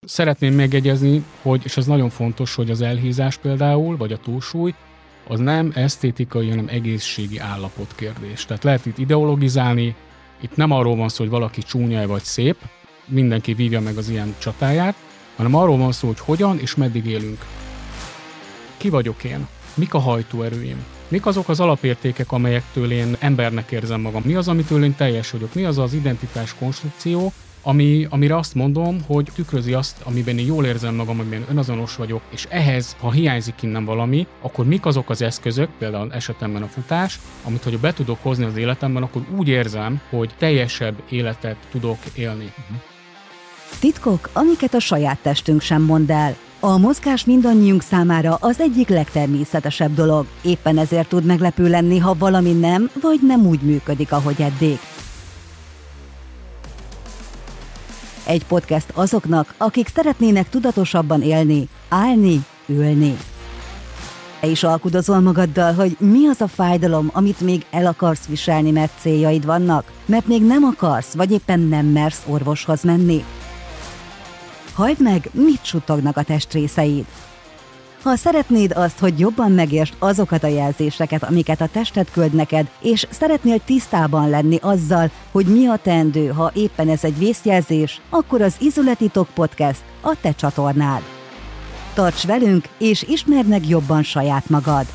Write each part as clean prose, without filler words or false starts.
Szeretném megjegyezni, hogy, és ez nagyon fontos, hogy az elhízás például, vagy a túlsúly, az nem esztétikai, hanem egészségi állapot kérdés. Tehát lehet itt ideologizálni, itt nem arról van szó, hogy valaki csúnya vagy szép, mindenki vívja meg az ilyen csatáját, hanem arról van szó, hogy hogyan és meddig élünk. Ki vagyok én? Mik a hajtóerőim? Mik azok az alapértékek, amelyektől én embernek érzem magam? Mi az, amitől én teljes vagyok? Mi az az identitás konstrukció, amire azt mondom, hogy tükrözi azt, amiben én jól érzem magam, amiben önazonos vagyok, és ehhez, ha hiányzik innen valami, akkor mik azok az eszközök, például esetemben a futás, amit, hogyha be tudok hozni az életemben, akkor úgy érzem, hogy teljesebb életet tudok élni. Titkok, amiket a saját testünk sem mond el. A mozgás mindannyiunk számára az egyik legtermészetesebb dolog. Éppen ezért tud meglepő lenni, ha valami nem, vagy nem úgy működik, ahogy eddig. Egy podcast azoknak, akik szeretnének tudatosabban élni, állni, ülni. Te is alkudozol magaddal, hogy mi az a fájdalom, amit még el akarsz viselni, mert céljaid vannak, mert még nem akarsz, vagy éppen nem mersz orvoshoz menni. Halld meg, mit suttognak a testrészeid. Ha szeretnéd azt, hogy jobban megértsd azokat a jelzéseket, amiket a tested küld neked, és szeretnél tisztában lenni azzal, hogy mi a teendő, ha éppen ez egy vészjelzés, akkor az Izületitok Podcast a te csatornád. Tarts velünk, és ismerd meg jobban saját magad.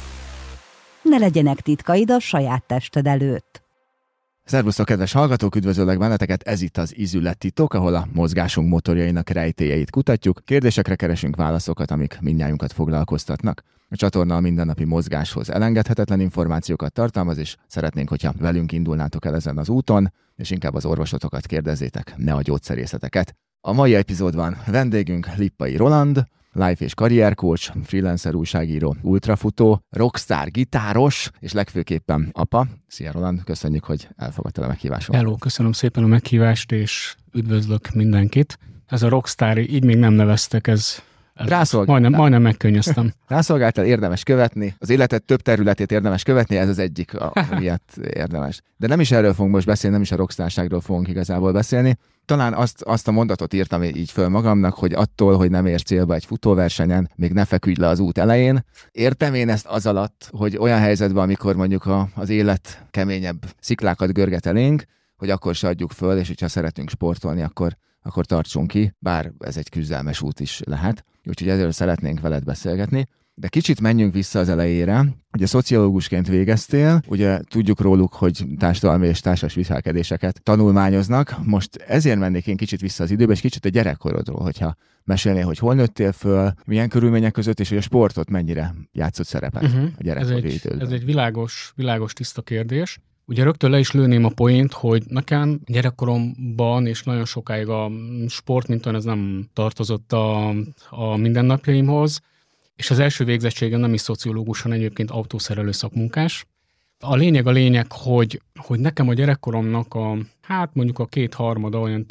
Ne legyenek titkaid a saját tested előtt. Szervusztok, kedves hallgatók, üdvözöllek benneteket, ez itt az Izületitok, ahol a mozgásunk motorjainak rejtélyeit kutatjuk, kérdésekre keresünk válaszokat, amik mindnyájunkat foglalkoztatnak. A csatorna a mindennapi mozgáshoz elengedhetetlen információkat tartalmaz, és szeretnénk, hogyha velünk indulnátok el ezen az úton, és inkább az orvosotokat kérdezzétek, ne a gyógyszerészeteket. A mai epizódban vendégünk Lippai Roland, life és karriercoach, freelancer újságíró, ultrafutó, rockstar, gitáros, és legfőképpen apa. Szia Roland, köszönjük, hogy elfogadtad a meghívásunkat. Hello, köszönöm szépen a meghívást, és üdvözlök mindenkit. Ez a rockstar, így még nem neveztek, ez majdnem megkönnyeztem. Rászolgáltál, érdemes követni. Az életed több területét érdemes követni, ez az egyik, miatt érdemes. De nem is erről fogunk most beszélni, nem is a rockstárságról fogunk igazából beszélni. Talán azt a mondatot írtam így föl magamnak, hogy attól, hogy nem érsz célba egy futóversenyen, még ne feküdj le az út elején. Értem én ezt az alatt, hogy olyan helyzetben, amikor mondjuk az élet keményebb sziklákat görget elénk, hogy akkor se adjuk föl, és hogyha szeretünk sportolni, akkor tartsunk ki, bár ez egy küzdelmes út is lehet. Úgyhogy ezzel szeretnénk veled beszélgetni. De kicsit menjünk vissza az elejére. Ugye szociológusként végeztél, ugye tudjuk róluk, hogy társadalmi és társas viselkedéseket tanulmányoznak. Most ezért mennék én kicsit vissza az időbe, és kicsit a gyerekkorodról, hogyha mesélnél, hogy hol nőttél föl, milyen körülmények között, és hogy a sportot mennyire játszott szerepet a gyerekkori időben. Ez egy világos tiszta kérdés. Ugye rögtön le is lőném a poént, hogy nekem gyerekkoromban és nagyon sokáig a sport, mint olyan, ez nem tartozott a mindennapjaimhoz, és az első végzettségem nem is szociológus, hanem egyébként autószerelő szakmunkás. A lényeg, hogy nekem a gyerekkoromnak mondjuk a kétharmada olyan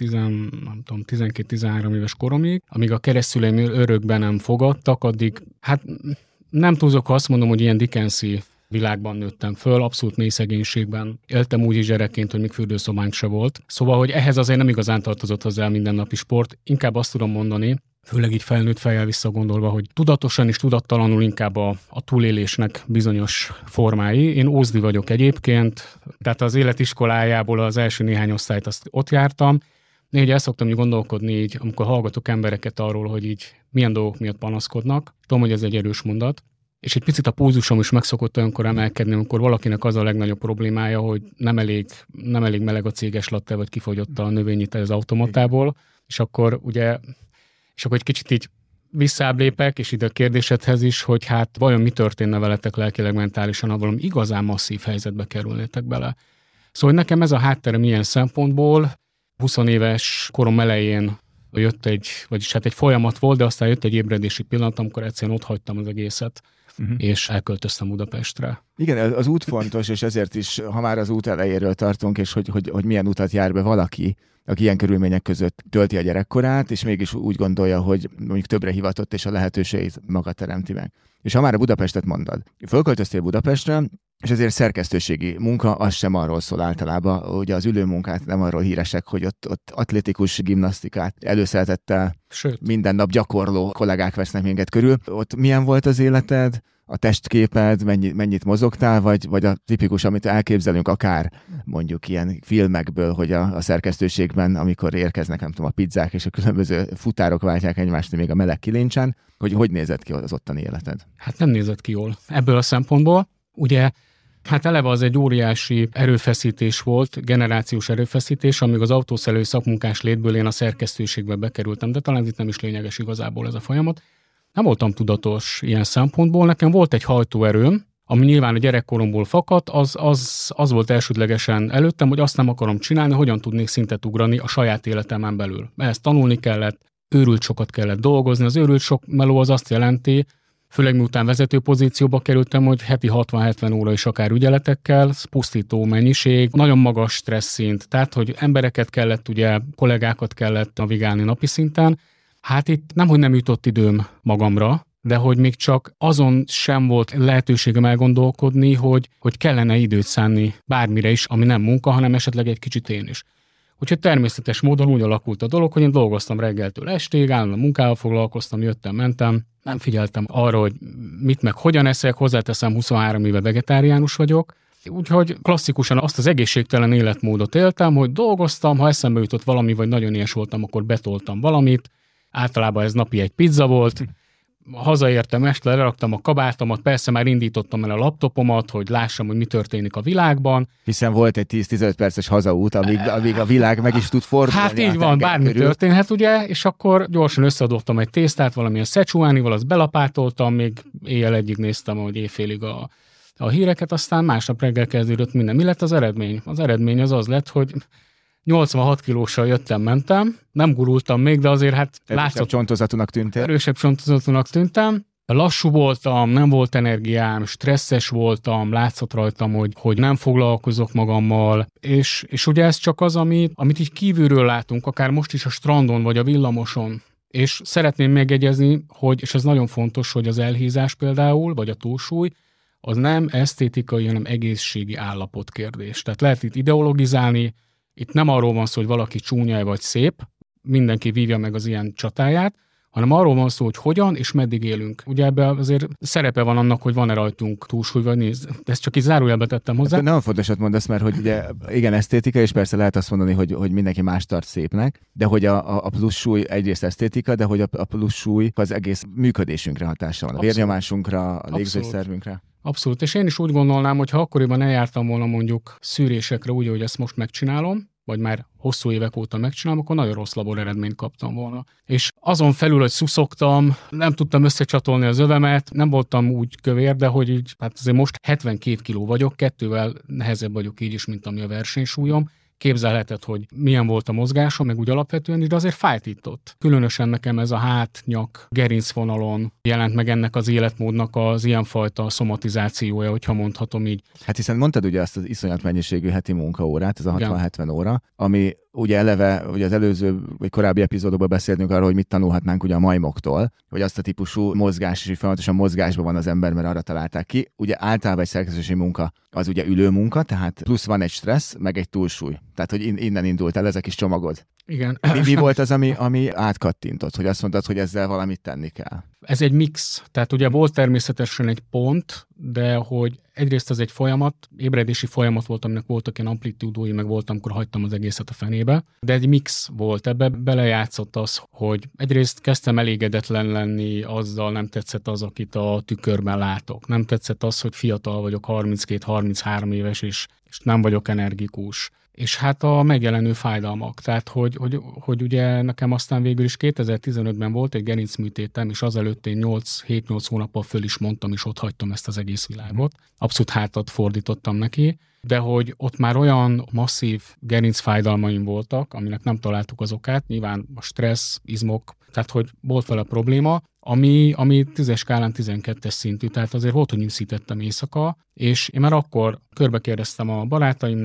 12-13 éves koromig, amíg a keresztszüleim örökben nem fogadtak, addig nem túlzok, ha azt mondom, hogy ilyen Dickensi világban nőttem föl, abszolút mély szegénységben. Éltem úgy is gyerekként, hogy még fürdőszobánk se volt. Szóval, hogy ehhez azért nem igazán tartozott hozzá a mindennapi sport. Inkább azt tudom mondani, főleg így felnőtt fejjel visszagondolva, hogy tudatosan és tudattalanul inkább a túlélésnek bizonyos formái. Én ózdi vagyok egyébként, tehát az életiskolájából az első néhány osztályt azt ott jártam. Én ugye el szoktam gondolkodni így, amikor hallgatok embereket arról, hogy így milyen dolgok miatt panaszkodnak. Tudom, hogy ez egy erős mondat. És egy picit a pulzusom is meg szokott olyankor emelkedni, amikor valakinek az a legnagyobb problémája, hogy nem elég meleg a céges latte, vagy kifogyott a növényi tej az automatából, és akkor egy kicsit így visszáblépek, és ide a kérdésedhez is, hogy vajon mi történne veletek lelkileg, mentálisan, ha valami igazán masszív helyzetbe kerülnétek bele. Szóval nekem ez a hátterem ilyen szempontból 20 éves korom elején jött egy folyamat volt, de aztán jött egy ébredési pillanat, amikor egyszerűen ott hagytam az egészet, és elköltöztem Budapestre. Igen, az út fontos, és ezért is, ha már az út elejéről tartunk, és hogy milyen utat jár be valaki, aki ilyen körülmények között tölti a gyerekkorát, és mégis úgy gondolja, hogy mondjuk többre hivatott, és a lehetőségét maga teremti meg. És ha már a Budapestet mondod, fölköltöztél Budapestre, És ezért szerkesztőségi munka, az sem arról szól általában, ugye az ülőmunkát nem arról híresek, hogy ott atlétikus gimnasztikát előszeretettel minden nap gyakorló kollégák vesznek minket körül. Ott milyen volt az életed? A testképed, mennyit mozogtál, vagy a tipikus, amit elképzelünk akár mondjuk ilyen filmekből, hogy a szerkesztőségben, amikor érkeznek, nem tudom, a pizzák és a különböző futárok váltják egymást még a meleg kilincsen, hogy nézett ki az ottani életed? Hát nem nézett ki jól ebből a szempontból. Ugye, hát eleve az egy óriási erőfeszítés volt, generációs erőfeszítés, amíg az autószerelő szakmunkás létből én a szerkesztőségbe bekerültem, de talán itt nem is lényeges igazából ez a folyamat. Nem voltam tudatos ilyen szempontból, nekem volt egy hajtóerőm, ami nyilván a gyerekkoromból fakadt, az volt elsődlegesen előttem, hogy azt nem akarom csinálni, hogyan tudnék szintet ugrani a saját életemen belül. Ehhez tanulni kellett, őrült sokat kellett dolgozni, az őrült sok meló az azt jelenti, főleg miután vezető pozícióba kerültem, hogy heti 60-70 óra is akár ügyeletekkel, pusztító mennyiség, nagyon magas stressz szint, tehát hogy embereket kellett, ugye kollégákat kellett navigálni napi szinten. Hát itt nemhogy nem jutott időm magamra, de hogy még csak azon sem volt lehetőségem elgondolkodni, hogy kellene időt szánni bármire is, ami nem munka, hanem esetleg egy kicsit én is. Úgyhogy természetes módon úgy alakult a dolog, hogy én dolgoztam reggeltől estig, állandóan munkával foglalkoztam, jöttem, mentem, nem figyeltem arra, hogy mit meg hogyan eszek, hozzáteszem 23 éve vegetáriánus vagyok, úgyhogy klasszikusan azt az egészségtelen életmódot éltem, hogy dolgoztam, ha eszembe jutott valami, vagy nagyon ilyes voltam, akkor betoltam valamit, általában ez napi egy pizza volt, hazaértem este, leraktam a kabátomat, persze már indítottam el a laptopomat, hogy lássam, hogy mi történik a világban. Hiszen volt egy 10-15 perces hazaút, amíg a világ meg is tud fordulni. Hát így van, bármi történhet, ugye, és akkor gyorsan összeadottam egy tésztát valamilyen szecsuánival, azt belapátoltam, még éjjel egyig néztem, hogy éjfélig a híreket, aztán másnap reggel kezdődött minden. Mi lett az eredmény? Az eredmény az lett, hogy 86 kilóssal jöttem-mentem, nem gurultam még, de azért hát erősebb csontozatúnak tűntél. Erősebb csontozatúnak tűntem. Lassú voltam, nem volt energiám, stresszes voltam, látszott rajtam, hogy nem foglalkozok magammal, és ugye ez csak az, amit így kívülről látunk, akár most is a strandon vagy a villamoson. És szeretném megjegyezni, hogy, és ez nagyon fontos, hogy az elhízás például, vagy a túlsúly, az nem esztétikai, hanem egészségi állapot kérdés. Tehát lehet itt ideologizálni. Itt nem arról van szó, hogy valaki csúnya vagy szép, mindenki vívja meg az ilyen csatáját, hanem arról van szó, hogy hogyan és meddig élünk. Ugye ebben azért szerepe van annak, hogy van-e rajtunk túlsúly, vagy nézd. De ezt csak így zárójelbe tettem hozzá. Hát nagyon fontosat mondasz, mert hogy ugye igen, esztétika, és persze lehet azt mondani, hogy mindenki más tart szépnek, de hogy a plusz súly egyrészt esztétika, de hogy a plusz súly az egész működésünkre hatással van. A vérnyomásunkra, a légzőszervünkre. Abszolút, és én is úgy gondolnám, hogy ha akkoriban eljártam volna mondjuk szűrésekre úgy, hogy ezt most megcsinálom, vagy már hosszú évek óta megcsinálom, akkor nagyon rossz labor eredményt kaptam volna. És azon felül, hogy szuszogtam, nem tudtam összecsatolni az övemet, nem voltam úgy kövér, de hogy így, hát azért most 72 kiló vagyok, 2-vel nehezebb vagyok így is, mint ami a versenysúlyom. Képzelheted, hogy milyen volt a mozgásom, meg úgy alapvetően is, de azért fájt itt ott. Különösen nekem ez a hát-nyak gerincvonalon jelent meg ennek az életmódnak az ilyenfajta szomatizációja, hogyha mondhatom így. Hát hiszen mondtad ugye azt az iszonyat mennyiségű heti munkaórát, ez a 60-70 óra, ami ugye eleve, ugye az előző vagy korábbi epizódokban beszéltünk arról, hogy mit tanulhatnánk ugye a majmoktól, hogy azt a típusú mozgás, és folyamatosan mozgásban van az ember, mert arra találták ki. Ugye általában egy szerkesztőségi munka az ugye ülő munka, tehát plusz van egy stressz, meg egy túlsúly. Tehát, hogy innen indult el ez a kis csomagod. Igen. Mi volt az, ami átkattintott, hogy azt mondtad, hogy ezzel valamit tenni kell? Ez egy mix. Tehát ugye volt természetesen egy pont, de hogy egyrészt ez egy folyamat, ébredési folyamat volt, aminek voltak ilyen amplitúdói, meg voltam, amikor hagytam az egészet a fenébe, de egy mix volt. Ebbe belejátszott az, hogy egyrészt kezdtem elégedetlen lenni, azzal nem tetszett az, akit a tükörben látok. Nem tetszett az, hogy fiatal vagyok, 32-33 éves, és nem vagyok energikus. És hát a megjelenő fájdalmak. Tehát, hogy ugye nekem aztán végül is 2015-ben volt egy gerincműtétem, és azelőtt én 7-8 hónappal föl is mondtam, és ott hagytam ezt az egész világot. Abszolút hátat fordítottam neki, de hogy ott már olyan masszív gerincfájdalmaim voltak, aminek nem találtuk az okát, nyilván a stressz, izmok, tehát hogy volt vele probléma, ami 10-es skálán 12-es szintű, tehát azért volt, hogy nyűszítettem éjszaka, és én már akkor körbekérdeztem a barátaimnál,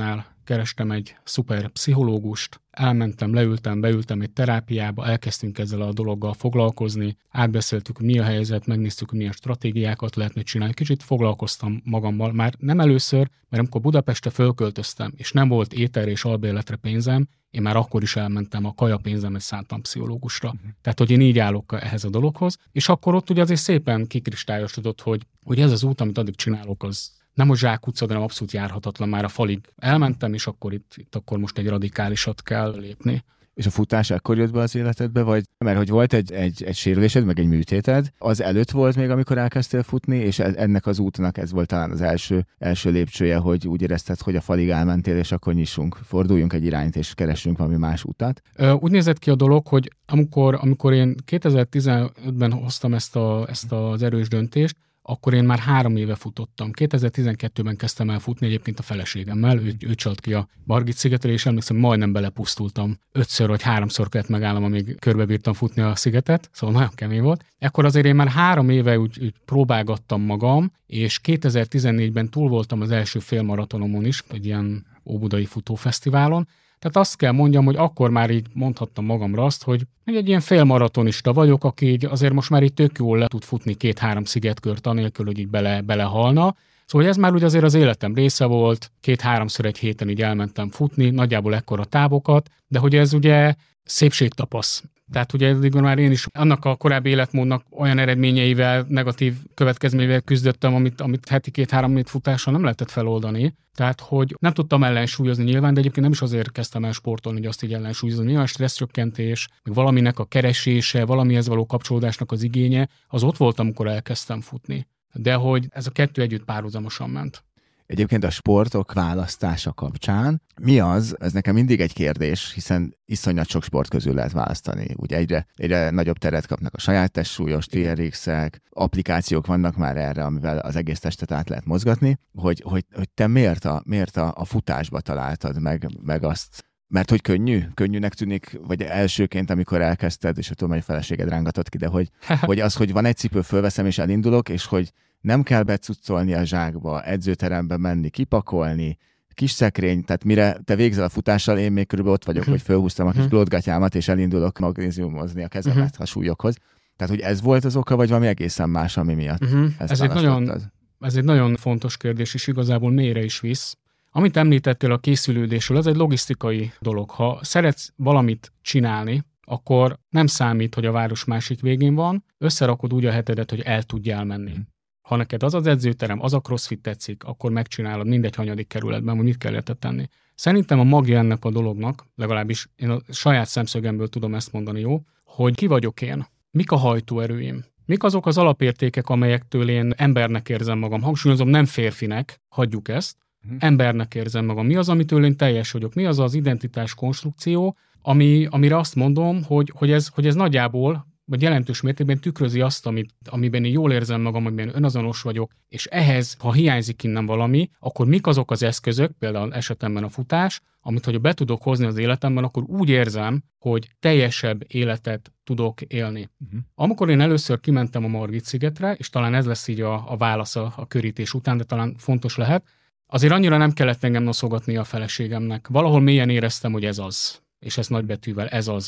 kerestem egy szuper pszichológust, elmentem, beültem egy terápiába, elkezdtünk ezzel a dologgal foglalkozni, átbeszéltük, mi a helyzet, megnéztük, milyen stratégiákat lehetne csinálni. Kicsit foglalkoztam magammal, már nem először, mert amikor Budapestre fölköltöztem, és nem volt étel és albérletre pénzem, én már akkor is elmentem, a kajapénzemet szántam pszichológusra. Tehát, hogy én így állok ehhez a dologhoz, és akkor ott ugye azért szépen kikristályosodott, hogy ez az út, amit addig csinálok, az nem a zsákutca, de nem abszolút járhatatlan, már a falig elmentem, és akkor itt akkor most egy radikálisat kell lépni. És a futás ekkor jött be az életedbe, vagy mert hogy volt egy sérülésed, meg egy műtéted, az előtt volt még, amikor elkezdtél futni, és ennek az útnak ez volt talán az első lépcsője, hogy úgy érezted, hogy a falig elmentél, és akkor nyissunk, forduljunk egy irányt, és keressünk valami más utat. Úgy nézett ki a dolog, hogy amikor én 2015-ben hoztam ezt az erős döntést, akkor én már 3 éve futottam. 2012-ben kezdtem el futni egyébként a feleségemmel, ő csalt ki a Margit-szigetre, és emlékszem, majdnem belepusztultam. 5-ször vagy 3-szor kellett megállnom, amíg körbebírtam futni a szigetet, szóval nagyon kemény volt. Ekkor azért én már 3 éve úgy próbálgattam magam, és 2014-ben túl voltam az első félmaratonomon is, egy ilyen óbudai futófesztiválon. Tehát azt kell mondjam, hogy akkor már így mondhattam magamra azt, hogy egy ilyen félmaratonista vagyok, aki így azért most már így tök jól le tud futni 2-3 szigetkört anélkül, hogy így belehalna. Szóval ez már úgy azért az életem része volt, 2-3-szor egy héten így elmentem futni, nagyjából ekkora távokat, de hogy ez ugye szépségtapasz. Tehát ugye eddig már én is annak a korábbi életmódnak olyan eredményeivel, negatív következményeivel küzdöttem, amit heti 2-3 hét futással nem lehetett feloldani. Tehát, hogy nem tudtam ellensúlyozni nyilván, de egyébként nem is azért kezdtem el sportolni, hogy azt így ellensúlyozni. Nyilván stresszcsökkentés, meg valaminek a keresése, valamihez való kapcsolódásnak az igénye, az ott volt, amikor elkezdtem futni. De hogy ez a kettő együtt párhuzamosan ment. Egyébként a sportok választása kapcsán mi az? Ez nekem mindig egy kérdés, hiszen iszonyat sok sport közül lehet választani. Ugye egyre nagyobb teret kapnak a saját testsúlyos TRX-ek, applikációk vannak már erre, amivel az egész testet át lehet mozgatni, hogy te miért a futásba találtad meg azt? Mert hogy könnyűnek tűnik, vagy elsőként, amikor elkezdted, és tudom, hogy a feleséged rángatott ki, de hogy van egy cipő, fölveszem és elindulok, és hogy nem kell becuccolni a zsákba, edzőterembe menni, kipakolni, kis szekrény, tehát mire te végzel a futással, én még körülbelül ott vagyok, hogy fölhúztam a kis glótgatyámat, és elindulok magnéziumozni a kezemet a súlyokhoz. Tehát, hogy ez volt az oka, vagy valami egészen más, ami miatt ezt választottad? Ez egy nagyon fontos kérdés, és igazából mélyre is visz. Amit említettél a készülődésről, ez egy logisztikai dolog. Ha szeretsz valamit csinálni, akkor nem számít, hogy a város másik végén van, összerakod úgy a hetedet, hogy el tudjál menni. Ha neked az edzőterem, az a crossfit tetszik, akkor megcsinálod mindegy hanyadik kerületben, hogy mit kell érte tenni. Szerintem a magja ennek a dolognak, legalábbis én a saját szemszögemből tudom ezt mondani, jó, hogy ki vagyok én, mik a hajtóerőim, mik azok az alapértékek, amelyektől én embernek érzem magam. Hangsúlyozom, nem férfinek, hagyjuk ezt, embernek érzem magam. Mi az, amitől én teljes vagyok? Mi az az identitás konstrukció, amire azt mondom, hogy ez nagyjából, vagy jelentős mértékben tükrözi azt, amiben én jól érzem magam, amiben önazonos vagyok, és ehhez, ha hiányzik innen valami, akkor mik azok az eszközök, például esetemben a futás, amit, hogyha be tudok hozni az életemben, akkor úgy érzem, hogy teljesebb életet tudok élni. Amikor én először kimentem a Margit-szigetre, és talán ez lesz így a válasz a körítés után, de talán fontos lehet, azért annyira nem kellett engem noszogatni a feleségemnek. Valahol mélyen éreztem, hogy ez az. És ez nagybetűvel, ez az,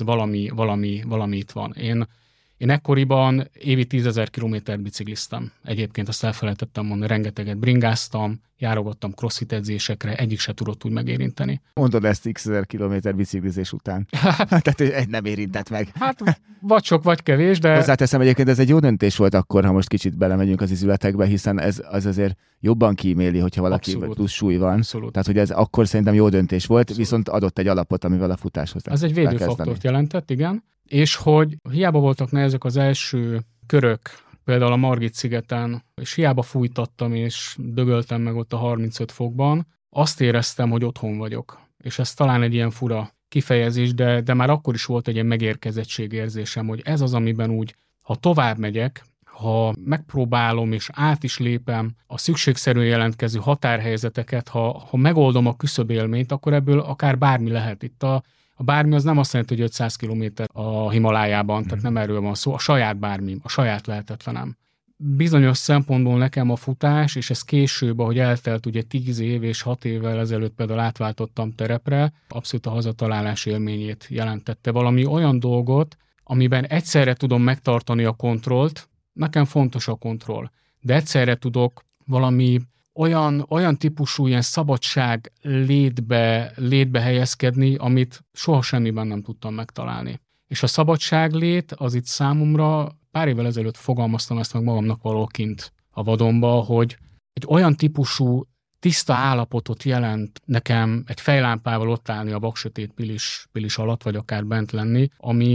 valami itt van. Én ekkoriban évi 10 000 kilométert bicikliztem. Egyébként azt elfelejtettem mondani, rengeteget bringáztam, járogattam crossfit edzésekre, egyik se tudott úgy megérinteni. Mondod ezt x 1000 kilométer biciklizés után. Tehát nem érintett meg. Hát vagy sok, vagy kevés, de... Hozzáteszem egyébként, ez egy jó döntés volt akkor, ha most kicsit belemegyünk az izületekbe, hiszen az azért jobban kíméli, hogyha valaki plusz súly van. Abszolút. Tehát, hogy ez akkor szerintem jó döntés volt, viszont adott egy alapot, amivel a futáshoz ez egy védőfaktort jelentett, igen. És hogy hiába voltak nehezek az első körök, például a Margit-szigeten, és hiába fújtattam, és dögöltem meg ott a 35 fokban, azt éreztem, hogy otthon vagyok. És ez talán egy ilyen fura kifejezés, de már akkor is volt egy ilyen megérkezettségérzésem, hogy ez az, amiben úgy, ha tovább megyek, ha megpróbálom és át is lépem a szükségszerűen jelentkező határhelyzeteket, ha megoldom a küszöbélményt, akkor ebből akár bármi lehet. Itt a bármi az nem azt jelenti, hogy 500 kilométer a Himalájában, tehát nem erről van szó, a saját bármim, a saját lehetetlenem. bizonyos szempontból nekem a futás, és ez később, ahogy eltelt ugye 10 év és 6 évvel ezelőtt például átváltottam terepre, abszolút a hazatalálás élményét jelentette. Valami olyan dolgot, amiben egyszerre tudom megtartani a kontrollt, nekem fontos a kontroll, de egyszerre tudok valami olyan típusú ilyen szabadság létbe helyezkedni, amit soha semmiben nem tudtam megtalálni. És a szabadságlét az itt számomra pár évvel ezelőtt fogalmaztam ezt meg magamnak valóként a vadonba, hogy egy olyan típusú tiszta állapotot jelent nekem egy fejlámpával ott állni a vaksötét pilis alatt, vagy akár bent lenni,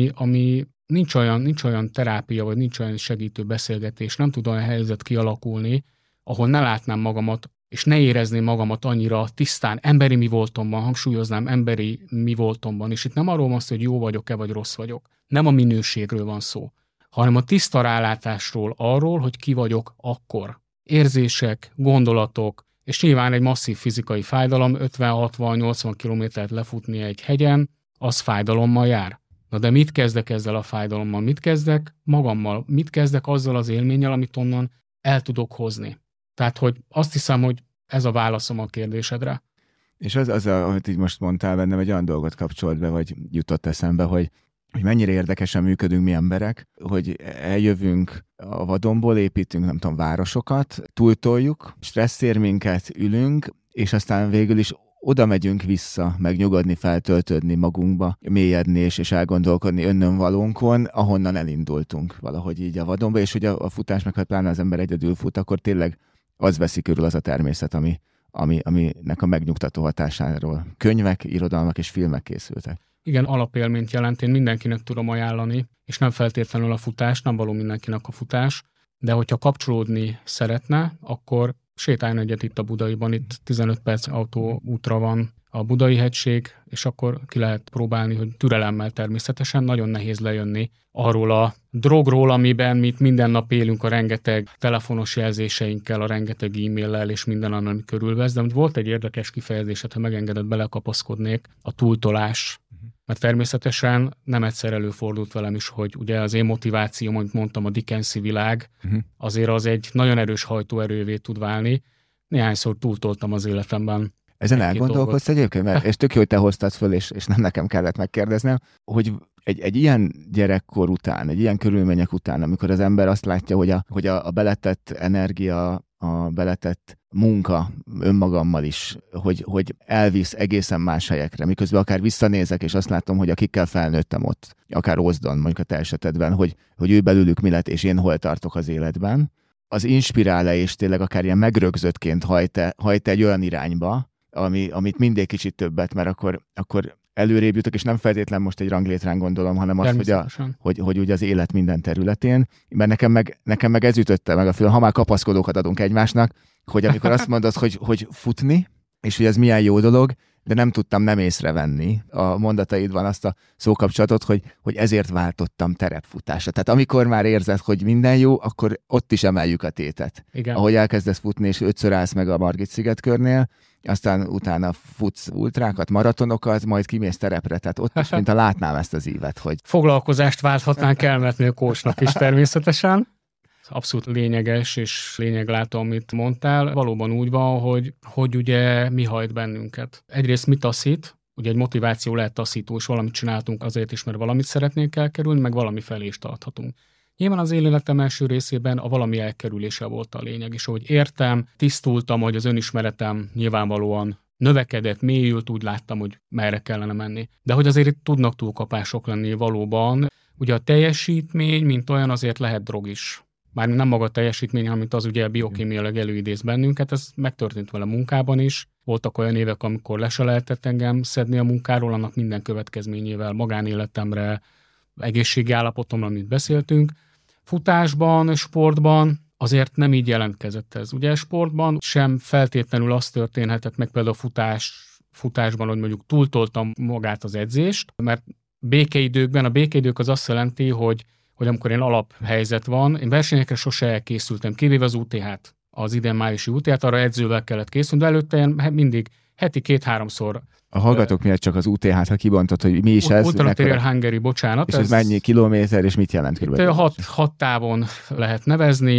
ami nincs olyan terápia, vagy nincs olyan segítő beszélgetés, nem tud olyan helyzet kialakulni, ahol ne látnám magamat, és ne érezném magamat annyira tisztán, emberi mi voltomban, hangsúlyoznám emberi mi voltomban, és itt nem arról van szó, hogy jó vagyok-e, vagy rossz vagyok. Nem a minőségről van szó, hanem a tiszta rálátásról, arról, hogy ki vagyok akkor. Érzések, gondolatok, és nyilván egy masszív fizikai fájdalom, 50-60-80 kilométert lefutni egy hegyen, az fájdalommal jár. Na de mit kezdek ezzel a fájdalommal? Mit kezdek magammal? Mit kezdek azzal az élménnyel, amit onnan el tudok hozni? Tehát, hogy azt hiszem, hogy ez a válaszom a kérdésedre. És az amit így most mondtál, bennem egy olyan dolgot kapcsolt be, vagy jutott eszembe, hogy mennyire érdekesen működünk mi emberek, hogy eljövünk a vadonból, építünk, nem tudom, városokat, túltoljuk, stressz ér minket, ülünk, és aztán végül is oda megyünk vissza, meg nyugodni, feltöltődni magunkba, mélyedni és elgondolkodni önnönvalónkon, ahonnan elindultunk valahogy így a vadonba, és hogy a futás, meg ha pláne az ember egyedül fut, akkor tényleg az veszi körül az a természet, aminek a megnyugtató hatásáról könyvek, irodalmak és filmek készültek. Igen, alapélményt jelent, én mindenkinek tudom ajánlani, és nem feltétlenül a futás, nem való mindenkinek a futás, de hogyha kapcsolódni szeretne, akkor sétáljon egyet itt a Budaiban, itt 15 perc autóútra van a Budai hegység, és akkor ki lehet próbálni, hogy türelemmel természetesen nagyon nehéz lejönni arról a drogról, amiben mi minden nap élünk a rengeteg telefonos jelzéseinkkel, a rengeteg e-maillel és minden annál, ami körülvesz, de volt egy érdekes kifejezés, ha megengedett, belekapaszkodnék, a túltolás. Mert természetesen nem egyszer előfordult velem is, hogy ugye az én motivációm, amit mondtam, a Dickensi világ, azért az egy nagyon erős hajtóerővé tud válni. Néhányszor túltoltam az életemben. Ezen elgondolkodsz egyébként? Mert, és tök jó, hogy te hoztad föl, és nem nekem kellett megkérdeznem, hogy egy ilyen gyerekkor után, egy ilyen körülmények után, amikor az ember azt látja, hogy a beletett energia, a beletett munka önmagammal is, hogy elvisz egészen más helyekre, miközben akár visszanézek, és azt látom, hogy akikkel felnőttem ott, akár Ózdon, mondjuk a te esetedben, hogy ő belülük mi lett, és én hol tartok az életben, az inspirál-e, és tényleg akár ilyen megrögzöttként hajt egy olyan irányba, amit mindig kicsit többet, mert akkor előrébb jutok, és nem feltétlen most egy ranglétrán gondolom, hanem azt, hogy ugye az élet minden területén, mert nekem meg ez ütötte meg a fülem, ha már kapaszkodókat adunk egymásnak, hogy amikor azt mondod, hogy futni, és hogy ez milyen jó dolog, de nem tudtam nem észrevenni a mondataidban azt a szókapcsolatot, hogy ezért váltottam terepfutásra. Tehát amikor már érzed, hogy minden jó, akkor ott is emeljük a tétet. Igen. Ahogy elkezdesz futni, és 5-ször állsz meg a Margit-szigetkörnél, aztán utána futsz ultrákat, maratonokat, majd kimész terepre. Tehát ott is, mint a látnám ezt az ívet, hogy... Foglalkozást válthatnánk Elmetnél Kósnak is természetesen. Abszolút lényeges és lényeglátó, amit mondtál. Valóban úgy van, hogy ugye mi hajt bennünket. Egyrészt mi taszít, ugye egy motiváció lehet taszító, és valamit csináltunk azért is, mert valamit szeretnénk elkerülni, meg valami felé is tarthatunk. Nyilván az életem első részében a valami elkerülése volt a lényeg, és ahogy értem, tisztultam, hogy az önismeretem nyilvánvalóan növekedett, mélyült, úgy láttam, hogy merre kellene menni. De hogy azért itt tudnak túlkapások lenni valóban. Ugye a teljesítmény, mint olyan, azért lehet drog is. Már nem maga a teljesítmény, hanem az ugye biokémiailag előidéz bennünket, ez megtörtént vele munkában is. Voltak olyan évek, amikor le se lehetett engem szedni a munkáról, annak minden következményével, magánéletemre, egészségi állapotomra, amit beszéltünk. Futásban, sportban azért nem így jelentkezett ez. Ugye sportban sem feltétlenül az történhetett meg például a futásban, hogy mondjuk túltoltam magát az edzést, mert békeidőkben, a békeidők az azt jelenti, hogy amikor én alaphelyzet van, én versenyekre sose elkészültem, kivéve az UTH-t, az idén májusi UTH-t, arra edzővel kellett készülni, de előtte én mindig heti 2-3-szor. A hallgatók miatt csak az UTH-t, ha kibontott, hogy mi is ez? Ultra Hungary, bocsánat. És ez mennyi kilométer, és mit jelent körülbelül? 6 távon lehet nevezni,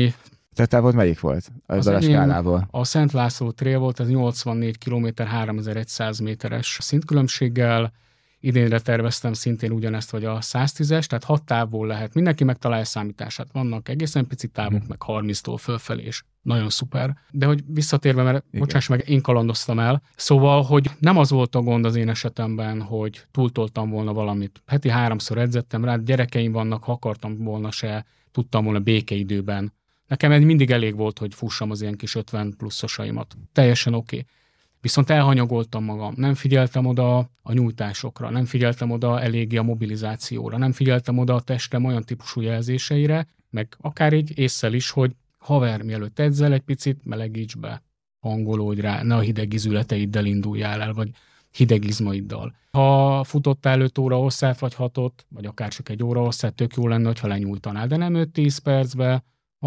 Te távod melyik volt ebből a skálából? A Szent László Trail volt, ez 84 km 3100 méteres szintkülönbséggel. Idénre terveztem szintén ugyanezt, vagy a 110-es, tehát 6 távból lehet. Mindenki megtalálja számítását. Vannak egészen pici távok, meg 30-tól fölfelé is. Nagyon szuper. De hogy visszatérve, mert bocsáss meg, én kalandoztam el. Szóval, hogy nem az volt a gond az én esetemben, hogy túltoltam volna valamit. Heti 3-szor edzettem rá, gyerekeim vannak, ha akartam volna se, tudtam volna békeidőben. Nekem ez mindig elég volt, hogy fussam az ilyen kis 50 pluszosaimat. Teljesen oké. Viszont elhanyagoltam magam, nem figyeltem oda a nyújtásokra, nem figyeltem oda eléggé a mobilizációra, nem figyeltem oda a testem olyan típusú jelzéseire, meg akár egy ésszel is, hogy haver, mielőtt edzel egy picit, melegíts be, hangolódj rá, ne a hideg izületeiddel induljál el, vagy hideg izmaiddal. Ha futottál 5 óra hosszát, vagy 6-ot, vagy akár csak 1 óra hosszát, tök jó lenne, ha lenyújtanál, de nem 5-10 percbe,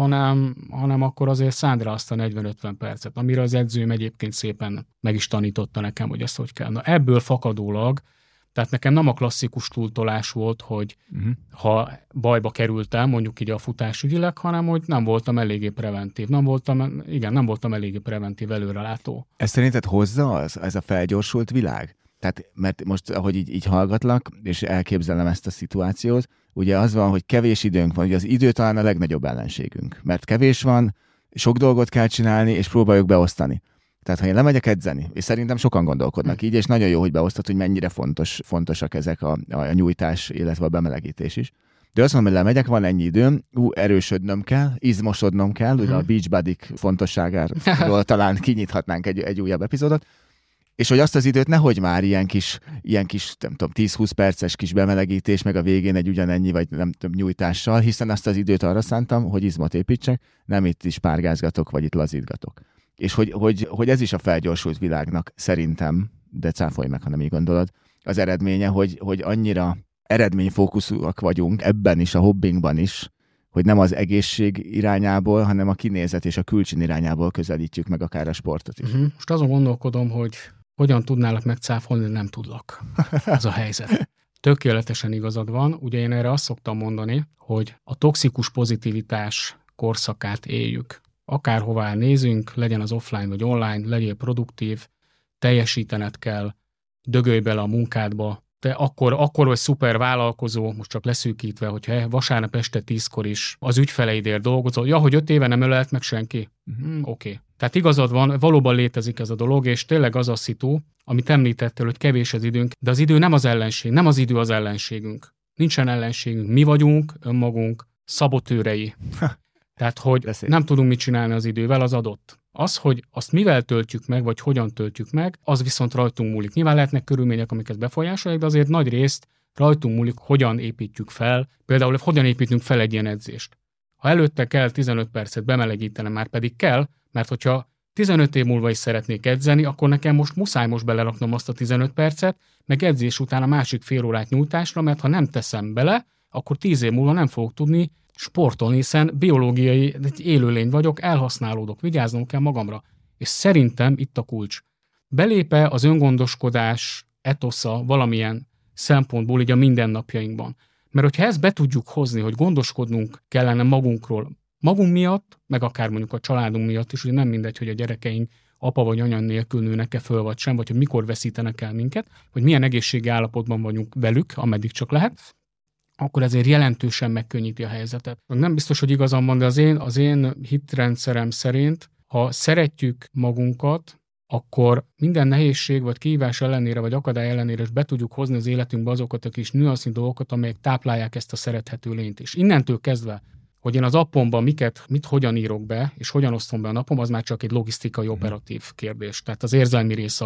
hanem akkor azért szánd rá azt a 40-50 percet, amire az edzőm egyébként szépen meg is tanította nekem, hogy ezt hogy kell. Na ebből fakadólag, tehát nekem nem a klasszikus túltolás volt, hogy ha bajba kerültem, mondjuk így a futásügyileg, hanem hogy nem voltam eléggé preventív. Nem voltam eléggé preventív, előrelátó. Ez szerinted hozza ez a felgyorsult világ? Tehát, mert most, ahogy így hallgatlak, és elképzelem ezt a szituációt, ugye az van, hogy kevés időnk van, ugye az idő talán a legnagyobb ellenségünk, mert kevés van, sok dolgot kell csinálni, és próbáljuk beosztani. Tehát, ha én lemegyek edzeni, és szerintem sokan gondolkodnak így, és nagyon jó, hogy beosztod, hogy mennyire fontosak ezek a nyújtás, illetve a bemelegítés is. De azt mondom, hogy lemegyek, van ennyi időm, erősödnöm kell, izmosodnom kell, ugye a Beachbody fontosságáról talán kinyithatnánk egy újabb epizódot, és hogy azt az időt nehogy már ilyen kis nem tudom, 10-20 perces kis bemelegítés, meg a végén egy ugyanennyi, vagy nem tudom, nyújtással, hiszen azt az időt arra szántam, hogy izmot építsek, nem itt is párgázgatok, vagy itt lazítgatok. És hogy ez is a felgyorsult világnak szerintem, de cáfolj meg, ha nem így gondolod, az eredménye, hogy annyira eredményfókuszúak vagyunk ebben is, a hobbinkban is, hogy nem az egészség irányából, hanem a kinézet és a külcsín irányából közelítjük meg akár a sportot is. Most azon gondolkodom, hogy hogyan tudnálak megcáfolni, nem tudlak. Ez a helyzet. Tökéletesen igazad van. Ugye én erre azt szoktam mondani, hogy a toxikus pozitivitás korszakát éljük. Akárhová nézünk, legyen az offline vagy online, legyél produktív, teljesítened kell, dögölj bele a munkádba, te akkor vagy szuper vállalkozó, most csak leszűkítve, hogyha vasárnap este 10-kor is az ügyfeleidért dolgozol, hogy 5 éve nem ölelt meg senki? Oké. Tehát igazad van, valóban létezik ez a dolog, és tényleg az a szitu, amit említettél, hogy kevés az időnk, de az idő nem az ellenség, nem az idő az ellenségünk. Nincsen ellenségünk, mi vagyunk önmagunk szabotőrei. Tehát, hogy nem tudunk mit csinálni az idővel, az adott. Az, hogy azt mivel töltjük meg, vagy hogyan töltjük meg, az viszont rajtunk múlik. Nyilván lehetnek körülmények, amiket befolyásolják, de azért nagy részt rajtunk múlik, hogyan építjük fel. Például hogyan építünk fel egy ilyen edzést. Ha előtte kell 15 percet bemelegítenem, már pedig kell, mert hogyha 15 év múlva is szeretnék edzeni, akkor nekem muszáj beleraknom azt a 15 percet, meg edzés után a másik fél órát nyújtásra, mert ha nem teszem bele, akkor 10 év múlva nem fogok tudni sportolni, hiszen biológiai egy élőlény vagyok, elhasználódok, vigyáznom kell magamra. És szerintem itt a kulcs. Belép-e az öngondoskodás etosza valamilyen szempontból így a mindennapjainkban? Mert hogyha ezt be tudjuk hozni, hogy gondoskodnunk kellene magunkról, magunk miatt, meg akár mondjuk a családunk miatt is, ugye nem mindegy, hogy a gyerekeink apa vagy anya nélkül nőnek-e föl, vagy sem, vagy hogy mikor veszítenek el minket, hogy milyen egészségi állapotban vagyunk velük, ameddig csak lehet, akkor ezért jelentősen megkönnyíti a helyzetet. Nem biztos, hogy igazam van, de az én hitrendszerem szerint, ha szeretjük magunkat, akkor minden nehézség, vagy kihívás ellenére, vagy akadály ellenére is be tudjuk hozni az életünkbe azokat a kis nüansznyi dolgokat, amelyek táplálják ezt a szerethető lényt is. Innentől kezdve, hogy én az appomban mit hogyan írok be, és hogyan osztom be a napom, az már csak egy logisztikai, operatív kérdés. Tehát az érzelmi rész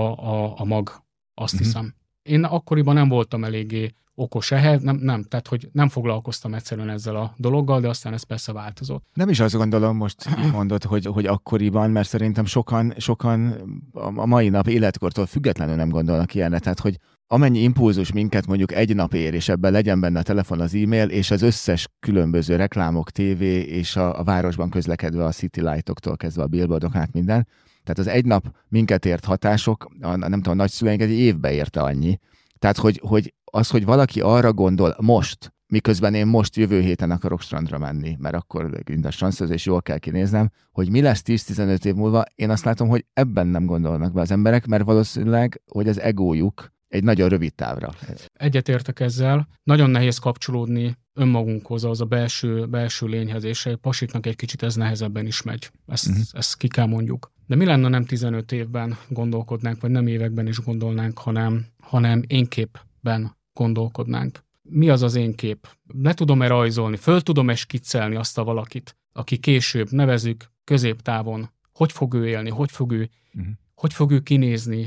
a mag, azt hiszem. Én akkoriban nem voltam eléggé okos ehhez, tehát hogy nem foglalkoztam egyszerűen ezzel a dologgal, de aztán ez persze változott. Nem is azt gondolom, most így mondod, hogy akkoriban, mert szerintem sokan a mai nap életkortól függetlenül nem gondolnak ilyenre, tehát hogy amennyi impulzus minket mondjuk egy nap ér, és ebben legyen benne a telefon, az e-mail, és az összes különböző reklámok, tévé, és a városban közlekedve a City Light-októl kezdve a billboardok át minden. Tehát az egy nap minket ért hatások, nem tudom, a nagyszüleinket egy évbe érte annyi. Tehát, hogy valaki arra gondol most, miközben én most jövő héten akarok strandra menni, mert akkor mind a strandszerzés jól kell kinéznem, hogy mi lesz 10-15 év múlva, én azt látom, hogy ebben nem gondolnak be az emberek, mert valószínűleg, hogy az egójuk egy nagyon rövid távra. Egyetértek ezzel. Nagyon nehéz kapcsolódni önmagunkhoz, az a belső lényhez, és pasiknak egy kicsit ez nehezebben is megy. Ezt ki kell mondjuk. De mi lenne, nem 15 évben gondolkodnánk, vagy nem években is gondolnánk, hanem énképben gondolkodnánk. Mi az az én kép? Le tudom-e rajzolni, föl tudom-e skiccelni azt a valakit, aki később, nevezzük középtávon, hogy fog ő élni, hogy fog ő kinézni,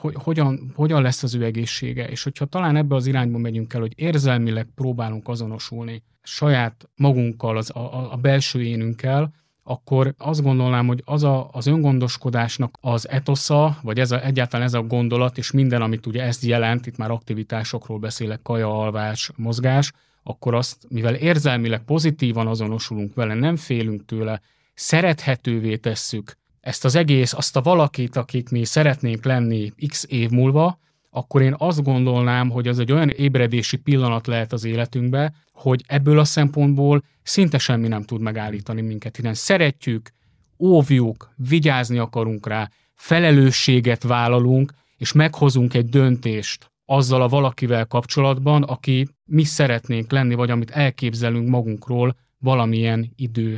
hogyan lesz az ő egészsége, és hogyha talán ebbe az irányba megyünk el, hogy érzelmileg próbálunk azonosulni saját magunkkal, a belső énünkkel, akkor azt gondolnám, hogy az öngondoskodásnak az etosza, vagy egyáltalán ez a gondolat, és minden, amit ugye ezt jelent, itt már aktivitásokról beszélek, kaja, alvás, mozgás, akkor azt, mivel érzelmileg pozitívan azonosulunk vele, nem félünk tőle, szerethetővé tesszük ezt az egész, azt a valakit, akik mi szeretnénk lenni x év múlva, akkor én azt gondolnám, hogy az egy olyan ébredési pillanat lehet az életünkbe, hogy ebből a szempontból szinte semmi nem tud megállítani minket. Hiszen szeretjük, óvjuk, vigyázni akarunk rá, felelősséget vállalunk, és meghozunk egy döntést azzal a valakivel kapcsolatban, aki mi szeretnénk lenni, vagy amit elképzelünk magunkról valamilyen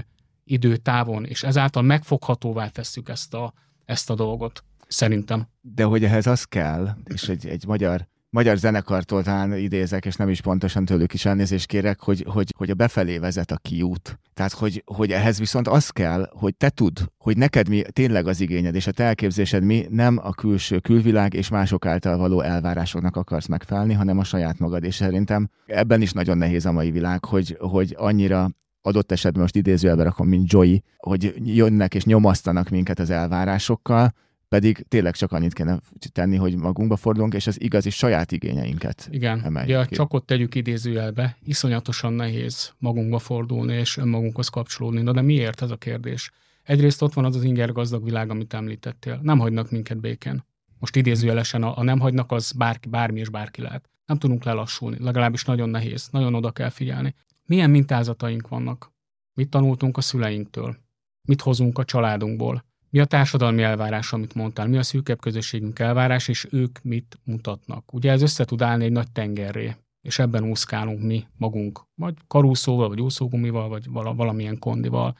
időtávon, és ezáltal megfoghatóvá tesszük ezt a dolgot, szerintem. De hogy ehhez az kell, és egy magyar zenekartól talán idézek, és nem is pontosan tőlük is elnézést kérek, hogy a befelé vezet a kiút. Tehát, hogy ehhez viszont az kell, hogy te tudd, hogy neked mi tényleg az igényed, és a te elképzésed mi nem a külső külvilág és mások által való elvárásoknak akarsz megfelelni, hanem a saját magad. És szerintem ebben is nagyon nehéz a mai világ, hogy annyira adott esetben most idézőjelbe rakom, mint Joey, hogy jönnek és nyomasztanak minket az elvárásokkal, pedig tényleg csak annyit kéne tenni, hogy magunkba fordulunk, és az igazi saját igényeinket emeljük. Igen, csak ott tegyük idézőjelbe, iszonyatosan nehéz magunkba fordulni és önmagunkhoz kapcsolódni. De miért ez a kérdés? Egyrészt ott van az inger gazdag világ, amit említettél. Nem hagynak minket békén. Most idézőjelesen a nem hagynak, az bármi és bárki lehet. Nem tudunk lelassulni, legalábbis nagyon nehéz, nagyon oda kell figyelni. Milyen mintázataink vannak? Mit tanultunk a szüleinktől? Mit hozunk a családunkból? Mi a társadalmi elvárás, amit mondtál? Mi a szűkebb közösségünk elvárás, és ők mit mutatnak? Ugye ez össze tud állni egy nagy tengerré, és ebben úszkálunk mi magunk, vagy karúszóval, vagy úszógumival, vagy valamilyen kondival.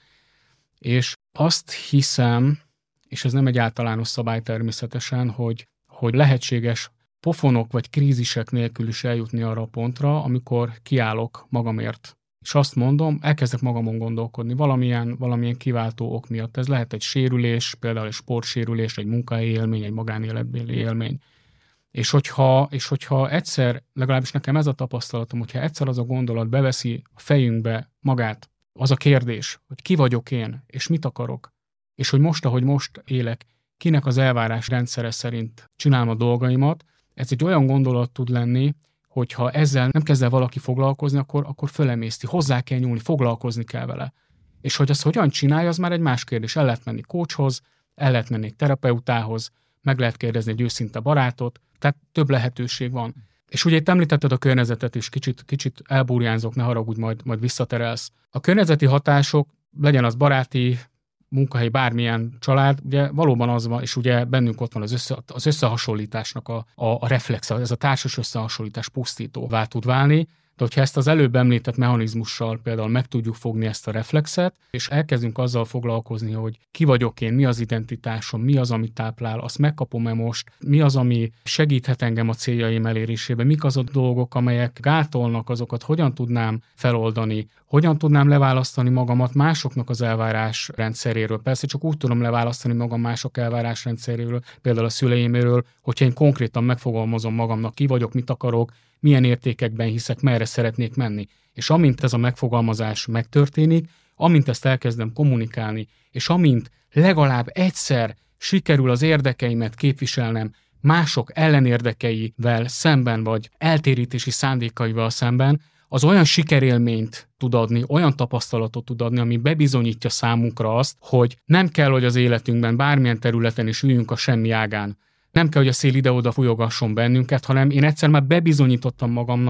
És azt hiszem, és ez nem egy általános szabály természetesen, hogy lehetséges pofonok vagy krízisek nélkül is eljutni arra a pontra, amikor kiállok magamért. És azt mondom, elkezdek magamon gondolkodni valamilyen kiváltó ok miatt. Ez lehet egy sérülés, például egy sportsérülés, egy munkahelyi élmény, egy magánéletbéli élmény. És hogyha egyszer, legalábbis nekem ez a tapasztalatom, hogyha egyszer az a gondolat beveszi a fejünkbe magát, az a kérdés, hogy ki vagyok én, és mit akarok, és hogy most, ahogy most élek, kinek az elvárás rendszere szerint csinálom a dolgaimat, ez egy olyan gondolat tud lenni, hogyha ezzel nem kezd el valaki foglalkozni, akkor fölemészti, hozzá kell nyúlni, foglalkozni kell vele. És hogy ezt hogyan csinálja, az már egy más kérdés. El lehet menni coachhoz, el lehet menni egy terapeutához, meg lehet kérdezni egy őszinte barátot, tehát több lehetőség van. És ugye itt említetted a környezetet is, kicsit elburjánzok, ne haragudj, majd visszaterelsz. A környezeti hatások, legyen az baráti, munkahely, bármilyen család, ugye valóban az van, és ugye bennünk ott van az összehasonlításnak a reflex, ez a társas összehasonlítás pusztítóvá tud válni, de hogyha ezt az előbb említett mechanizmussal például meg tudjuk fogni ezt a reflexet, és elkezdünk azzal foglalkozni, hogy ki vagyok én, mi az identitásom, mi az, ami táplál, azt megkapom-e most, mi az, ami segíthet engem a céljaim elérésében, mik az a dolgok, amelyek gátolnak, azokat hogyan tudnám feloldani, hogyan tudnám leválasztani magamat másoknak az elvárás rendszeréről. Persze csak úgy tudom leválasztani magam mások elvárás rendszeréről, például a szüleiméről, hogyha én konkrétan megfogalmazom magamnak, ki vagyok, mit akarok, milyen értékekben hiszek, merre szeretnék menni. És amint ez a megfogalmazás megtörténik, amint ezt elkezdem kommunikálni, és amint legalább egyszer sikerül az érdekeimet képviselnem mások ellenérdekeivel szemben, vagy eltérítési szándékaival szemben, az olyan sikerélményt tud adni, olyan tapasztalatot tud adni, ami bebizonyítja számunkra azt, hogy nem kell, hogy az életünkben bármilyen területen is üljünk a semmi ágán. Nem kell, hogy a szél ide-oda fújogasson bennünket, hanem én egyszer már bebizonyítottam magamnak,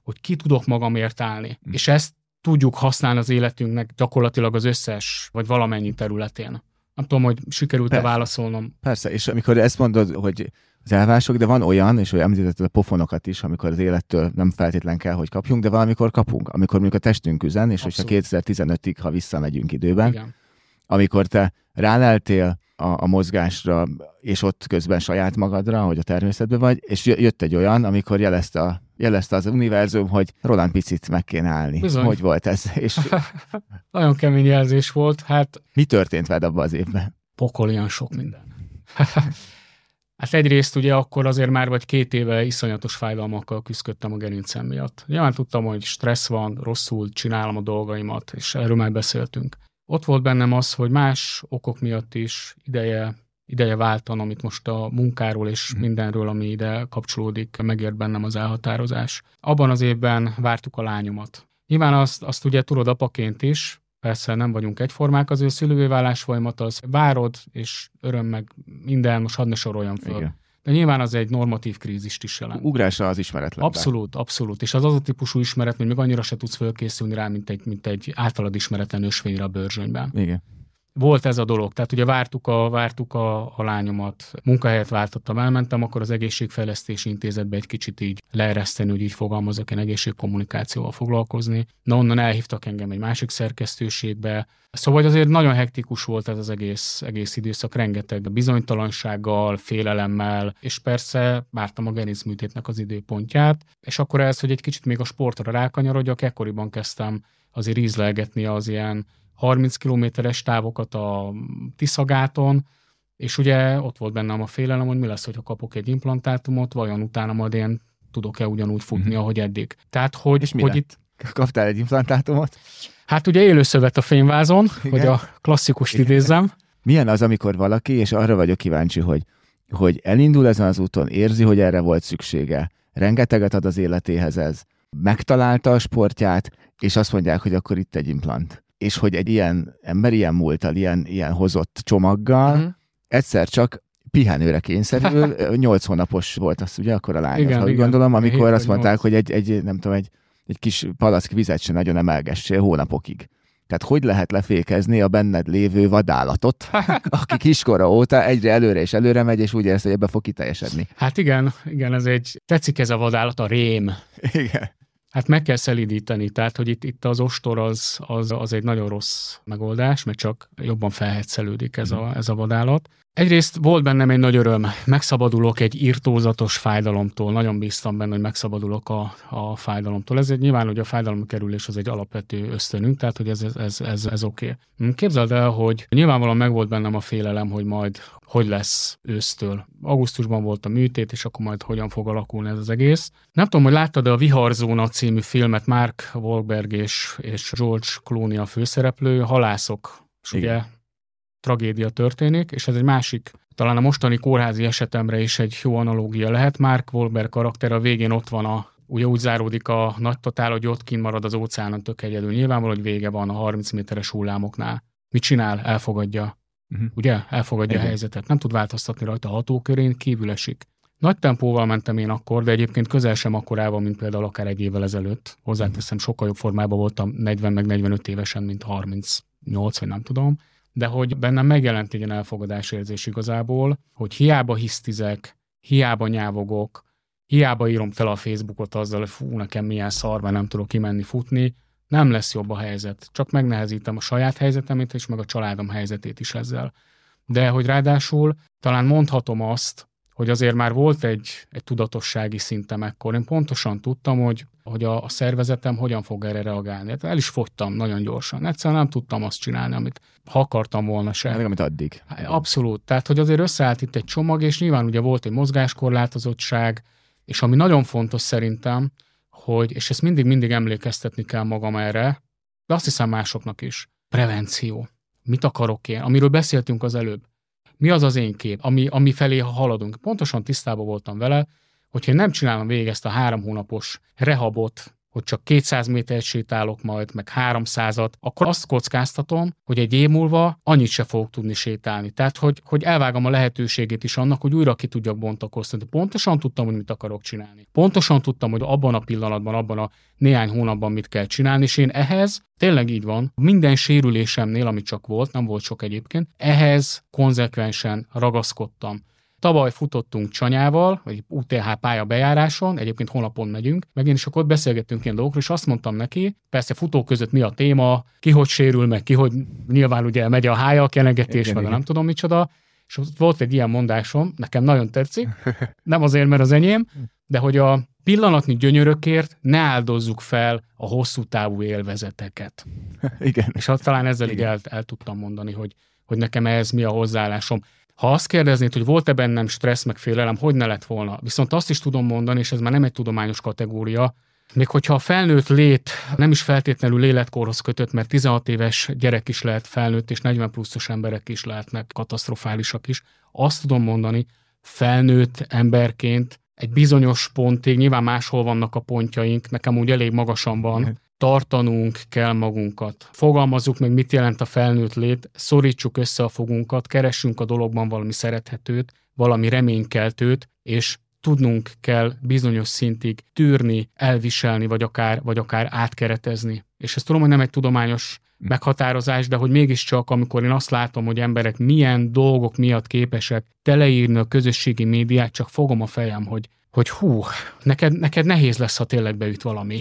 hogy ki tudok magamért állni. És ezt tudjuk használni az életünknek gyakorlatilag az összes, vagy valamennyi területén. Nem tudom, hogy sikerült-e válaszolnom. Persze, és amikor ezt mondod, hogy az elvások, de van olyan, és hogy említetted a pofonokat is, amikor az élettől nem feltétlen kell, hogy kapjunk, de valamikor kapunk. Amikor mondjuk a testünk üzen, és hogyha 2015-ig, ha visszamegyünk időben, igen. Amikor te ráleltél a mozgásra, és ott közben saját magadra, hogy a természetben vagy, és jött egy olyan, amikor jelezte az univerzum, hogy Roland, picit meg kéne állni. Bizony. Hogy volt ez? És nagyon kemény jelzés volt. Hát mi történt veled abban az évben? Pokolian sok minden. Hát egyrészt ugye akkor azért már vagy 2 éve iszonyatos fájdalmakkal küzdöttem a gerincem miatt. Nyilván tudtam, hogy stressz van, rosszul csinálom a dolgaimat, és erről már beszéltünk. Ott volt bennem az, hogy más okok miatt is ideje váltanom itt most a munkáról és mindenről, ami ide kapcsolódik, megért bennem az elhatározás. Abban az évben vártuk a lányomat. Nyilván azt ugye tudod apaként is, persze nem vagyunk egyformák, az ő szülővé válás folyamat, az várod, és öröm meg minden, most hadd ne soroljam föl. Igen. De nyilván az egy normatív krízist is jelent. Ugrása az ismeretlenbe. Abszolút. És az a típusú ismeret, hogy még annyira se tudsz fölkészülni rá, mint egy általad ismeretlen ösvényre a Börzsönyben. Igen. Volt ez a dolog, tehát ugye vártuk a lányomat, munkahelyet váltottam, elmentem, akkor az egészségfejlesztési intézetbe egy kicsit így leereszteni, hogy így fogalmazok, én egészségkommunikációval foglalkozni. Na onnan elhívtak engem egy másik szerkesztőségbe. Szóval azért nagyon hektikus volt ez az egész időszak, rengeteg bizonytalansággal, félelemmel, és persze vártam a gerincműtétnek az időpontját, és akkor ez, hogy egy kicsit még a sportra rákanyarodjak, ekkoriban kezdtem azért ízlelgetni az ilyen 30 kilométeres távokat a Tiszagáton, és ugye ott volt bennem a félelem, hogy mi lesz, hogyha kapok egy implantátumot, vajon utána majd én tudok-e ugyanúgy futni, ahogy eddig. Tehát, hogy itt... Kaptál egy implantátumot? Hát ugye élőszövet a fényvázon, igen, hogy a klasszikust idézzem. Milyen az, amikor valaki, és arra vagyok kíváncsi, hogy elindul ezen az úton, érzi, hogy erre volt szüksége, rengeteget ad az életéhez ez, megtalálta a sportját, és azt mondják, hogy akkor itt egy implant. És hogy egy ilyen ember, ilyen múlttal, ilyen hozott csomaggal egyszer csak pihenőre kényszerül, 8 hónapos volt az, ugye, akkor a lány, ha úgy gondolom, amikor azt mondták, hogy egy kis palack vizet sem nagyon emelgessél hónapokig. Tehát hogy lehet lefékezni a benned lévő vadállatot, aki kiskora óta egyre előre és előre megy, és úgy érzi, hogy ebbe fog kiteljesedni. Hát igen, tetszik ez a vadállat, a rém. Igen. Hát meg kell szelídíteni, tehát hogy itt az ostor az egy nagyon rossz megoldás, mert csak jobban felhetszelődik ez a vadállat. Egyrészt volt bennem egy nagy öröm, megszabadulok egy irtózatos fájdalomtól, nagyon bíztam benne, hogy megszabadulok a fájdalomtól. Ez nyilván, hogy a fájdalomkerülés az egy alapvető ösztönünk, tehát hogy ez oké. Képzeld el, hogy nyilvánvalóan megvolt bennem a félelem, hogy majd hogy lesz ősztől. Augusztusban volt a műtét, és akkor majd hogyan fog alakulni ez az egész. Nem tudom, hogy láttad-e a Viharzóna című filmet, Mark Wahlberg és George Clooney a főszereplő, halászok, és ugye tragédia történik, és ez egy másik, talán a mostani kórházi esetemre is egy jó analógia lehet. Mark Wahlberg karakter a végén ott van, ugye úgy záródik a nagy totál, hogy ott kint marad az óceánon tök egyedül. Nyilvánvaló, hogy vége van a 30 méteres hullámoknál. Mit csinál? Elfogadja. Ugye? Elfogadja a helyzetet. Nem tud változtatni rajta, a hatókörén kívül esik. Nagy tempóval mentem én akkor, de egyébként közel sem akkorával, mint például akár egy évvel ezelőtt. Hozzáteszem, sokkal jobb formában voltam 40 meg 45 évesen, mint 38, vagy nem tudom. De hogy bennem megjelent egy ilyen elfogadásérzés igazából, hogy hiába hisztizek, hiába nyávogok, hiába írom tele a Facebookot azzal, hogy fú, nekem milyen szar, mert nem tudok kimenni futni, nem lesz jobb a helyzet. Csak megnehezítem a saját helyzetemet, és meg a családom helyzetét is ezzel. De hogy ráadásul talán mondhatom azt, hogy azért már volt egy tudatossági szintem ekkor. Én pontosan tudtam, hogy a szervezetem hogyan fog erre reagálni. Hát el is fogytam nagyon gyorsan. Egyszerűen nem tudtam azt csinálni, amit ha akartam volna se. Amit addig. Abszolút. Tehát, hogy azért összeállt itt egy csomag, és nyilván ugye volt egy mozgáskorlátozottság, és ami nagyon fontos szerintem, és ezt mindig emlékeztetni kell magam erre, de azt hiszem másoknak is. Prevenció. Mit akarok én? Amiről beszéltünk az előbb. Mi az az én kép, ami felé haladunk? Pontosan tisztában voltam vele, hogyha én nem csinálom végig ezt a 3 hónapos rehabot, hogy csak 200 métert sétálok majd, meg 300-at, akkor azt kockáztatom, hogy egy év múlva annyit se fogok tudni sétálni. Tehát, hogy elvágom a lehetőségét is annak, hogy újra ki tudjak bontakozni. Pontosan tudtam, hogy mit akarok csinálni. Pontosan tudtam, hogy abban a pillanatban, abban a néhány hónapban mit kell csinálni, és én ehhez, tényleg így van, minden sérülésemnél, ami csak volt, nem volt sok egyébként, ehhez konzekvensen ragaszkodtam. Tavaly futottunk Csanyával, vagy UTH pálya bejáráson, egyébként honlapon megyünk, megint is akkor ott beszélgettünk ilyen dolgokról, és azt mondtam neki, persze futók között mi a téma, ki hogy sérül, meg ki hogy nyilván ugye megy a hája, a kenegetés, meg nem tudom micsoda, és volt egy ilyen mondásom, nekem nagyon tetszik, nem azért, mert az enyém, de hogy a pillanatnyi gyönyörökért ne áldozzuk fel a hosszú távú élvezeteket. Igen. És talán ezzel így el tudtam mondani, hogy nekem ehhez mi a hozzáállásom. Ha azt kérdeznéd, hogy volt-e bennem stressz meg félelem, hogy ne lett volna. Viszont azt is tudom mondani, és ez már nem egy tudományos kategória, még hogyha a felnőtt lét nem is feltétlenül életkorhoz kötött, mert 16 éves gyerek is lehet felnőtt, és 40 pluszos emberek is lehetnek katasztrofálisak is, azt tudom mondani, felnőtt emberként egy bizonyos pontig, nyilván máshol vannak a pontjaink, nekem úgy elég magasan van, tartanunk kell magunkat. Fogalmazzuk meg, mit jelent a felnőtt lét, szorítsuk össze a fogunkat, keressünk a dologban valami szerethetőt, valami reménykeltőt, és tudnunk kell bizonyos szintig tűrni, elviselni, vagy akár átkeretezni. És ezt tudom, hogy nem egy tudományos meghatározás, de hogy mégiscsak, amikor én azt látom, hogy emberek milyen dolgok miatt képesek teleírni a közösségi médiát, csak fogom a fejem, hogy hú, neked nehéz lesz, ha tényleg beüt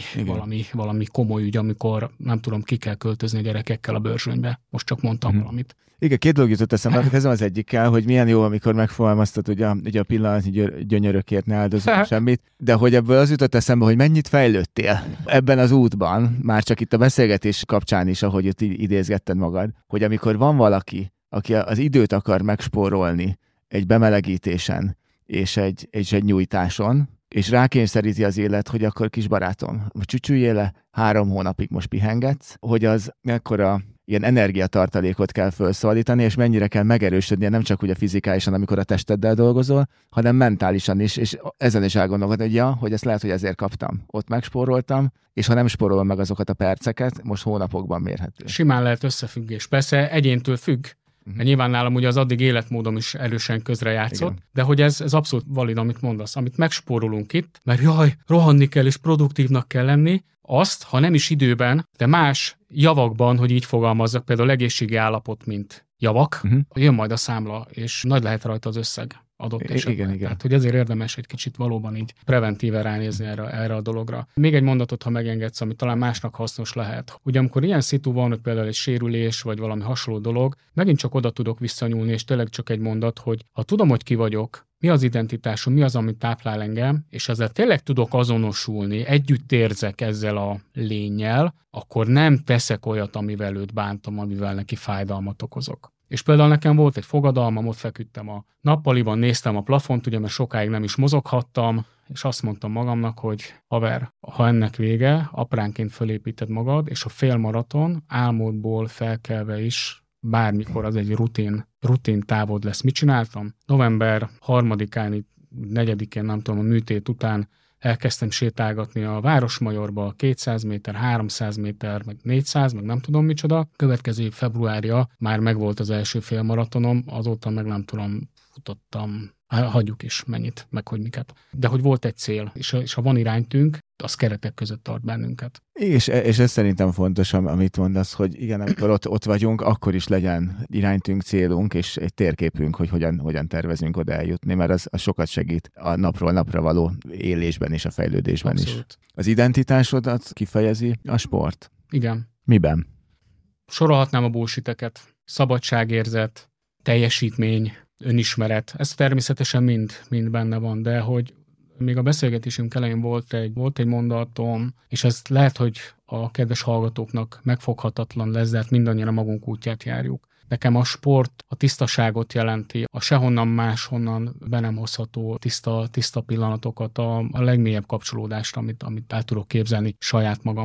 valami komoly ügy, amikor nem tudom, ki kell költözni a gyerekekkel a Börzsönybe. Most csak mondtam valamit. Igen, két dolog jutott eszembe, kezdem az egyikkel, hogy milyen jó, amikor megfogalmaztad, hogy a pillanatnyi gyönyörökért ne áldozunk semmit, de hogy ebből az jutott eszembe, hogy mennyit fejlődtél ebben az útban, már csak itt a beszélgetés kapcsán is, ahogy itt idézgetted magad, hogy amikor van valaki, aki az időt akar megspórolni egy bemelegítésen, és egy nyújtáson, és rákényszeríti az élet, hogy akkor kis barátom, csücsüljél le, 3 hónapig most pihengetsz, hogy az mekkora ilyen energiatartalékot kell felszabadítani, és mennyire kell megerősödnie, nem csak ugye fizikálisan, amikor a testeddel dolgozol, hanem mentálisan is, és ezen is elgondolkodni, hogy ezt lehet, hogy ezért kaptam. Ott megspóroltam, és ha nem spórolom meg azokat a perceket, most hónapokban mérhető. Simán lehet összefüggés. Persze egyéntől függ, mert nyilván nálam ugye az addig életmódom is erősen közrejátszott, igen. De hogy ez abszolút valid, amit mondasz, amit megspórolunk itt, mert jaj, rohanni kell és produktívnak kell lenni, azt, ha nem is időben, de más javakban, hogy így fogalmazzak, például egészségi állapot, mint javak, jön majd a számla, és nagy lehet rajta az összeg adott esetben. Igen. Tehát, hogy ezért érdemes egy kicsit valóban így preventíven ránézni erre a dologra. Még egy mondatot, ha megengedsz, ami talán másnak hasznos lehet. Ugye amikor ilyen szitu van, hogy például egy sérülés, vagy valami hasonló dolog, megint csak oda tudok visszanyúlni, és tényleg csak egy mondat, hogy ha tudom, hogy ki vagyok, mi az identitásom, mi az, ami táplál engem, és ezzel tényleg tudok azonosulni, együtt érzek ezzel a lénnyel, akkor nem teszek olyat, amivel őt bántom, amivel neki fájdalmat okozok. És például nekem volt egy fogadalmam, ott feküdtem a nappaliban, néztem a plafont, ugye, mert sokáig nem is mozoghattam, és azt mondtam magamnak, hogy haver, ha ennek vége, apránként fölépíted magad, és a félmaraton álmodból felkelve is bármikor az egy rutin távod lesz. Mit csináltam? November 3-án, 4-én, nem tudom, a műtét után elkezdtem sétálgatni a Városmajorba 200 méter, 300 méter, meg 400, meg nem tudom micsoda. Következő év februárja már megvolt az első félmaratonom, azóta meg nem tudom, futottam, hagyjuk is mennyit, meg hogy miket. De hogy volt egy cél, és ha van iránytünk, az keretek között tart bennünket. És ez szerintem fontos, amit mondasz, hogy igen, amikor ott vagyunk, akkor is legyen iránytünk, célunk, és egy térképünk, hogy hogyan tervezünk oda eljutni, mert az sokat segít a napról napra való élésben és a fejlődésben. Abszolút. Is. Az identitásodat kifejezi a sport? Igen. Miben? Sorolhatnám a bullshiteket. Szabadságérzet, teljesítmény, önismeret. Ez természetesen mind benne van, de hogy még a beszélgetésünk elején volt egy mondatom, és ez lehet, hogy a kedves hallgatóknak megfoghatatlan lesz, de hát mindannyian a magunk útját járjuk. Nekem a sport a tisztaságot jelenti, a sehonnan máshonnan be nem hozható tiszta pillanatokat, a legmélyebb kapcsolódást, amit el tudok képzelni saját magammal.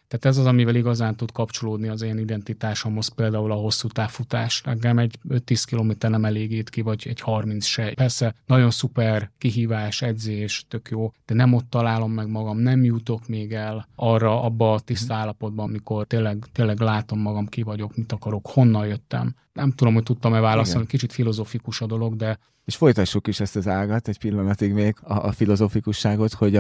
Tehát ez az, amivel igazán tud kapcsolódni az én identitásomhoz, például a hosszú távfutás. Nekem egy 5-10 kilométer nem elégít ki, vagy egy 30 se. Persze nagyon szuper kihívás, edzés, tök jó, de nem ott találom meg magam, nem jutok még el abba a tiszta állapotban, amikor tényleg látom magam, ki vagyok, mit akarok, honnan jöttem. Nem tudom, hogy tudtam-e válaszolni, kicsit filozofikus a dolog, de... És folytassuk is ezt az ágat egy pillanatig még, a filozofikusságot, hogy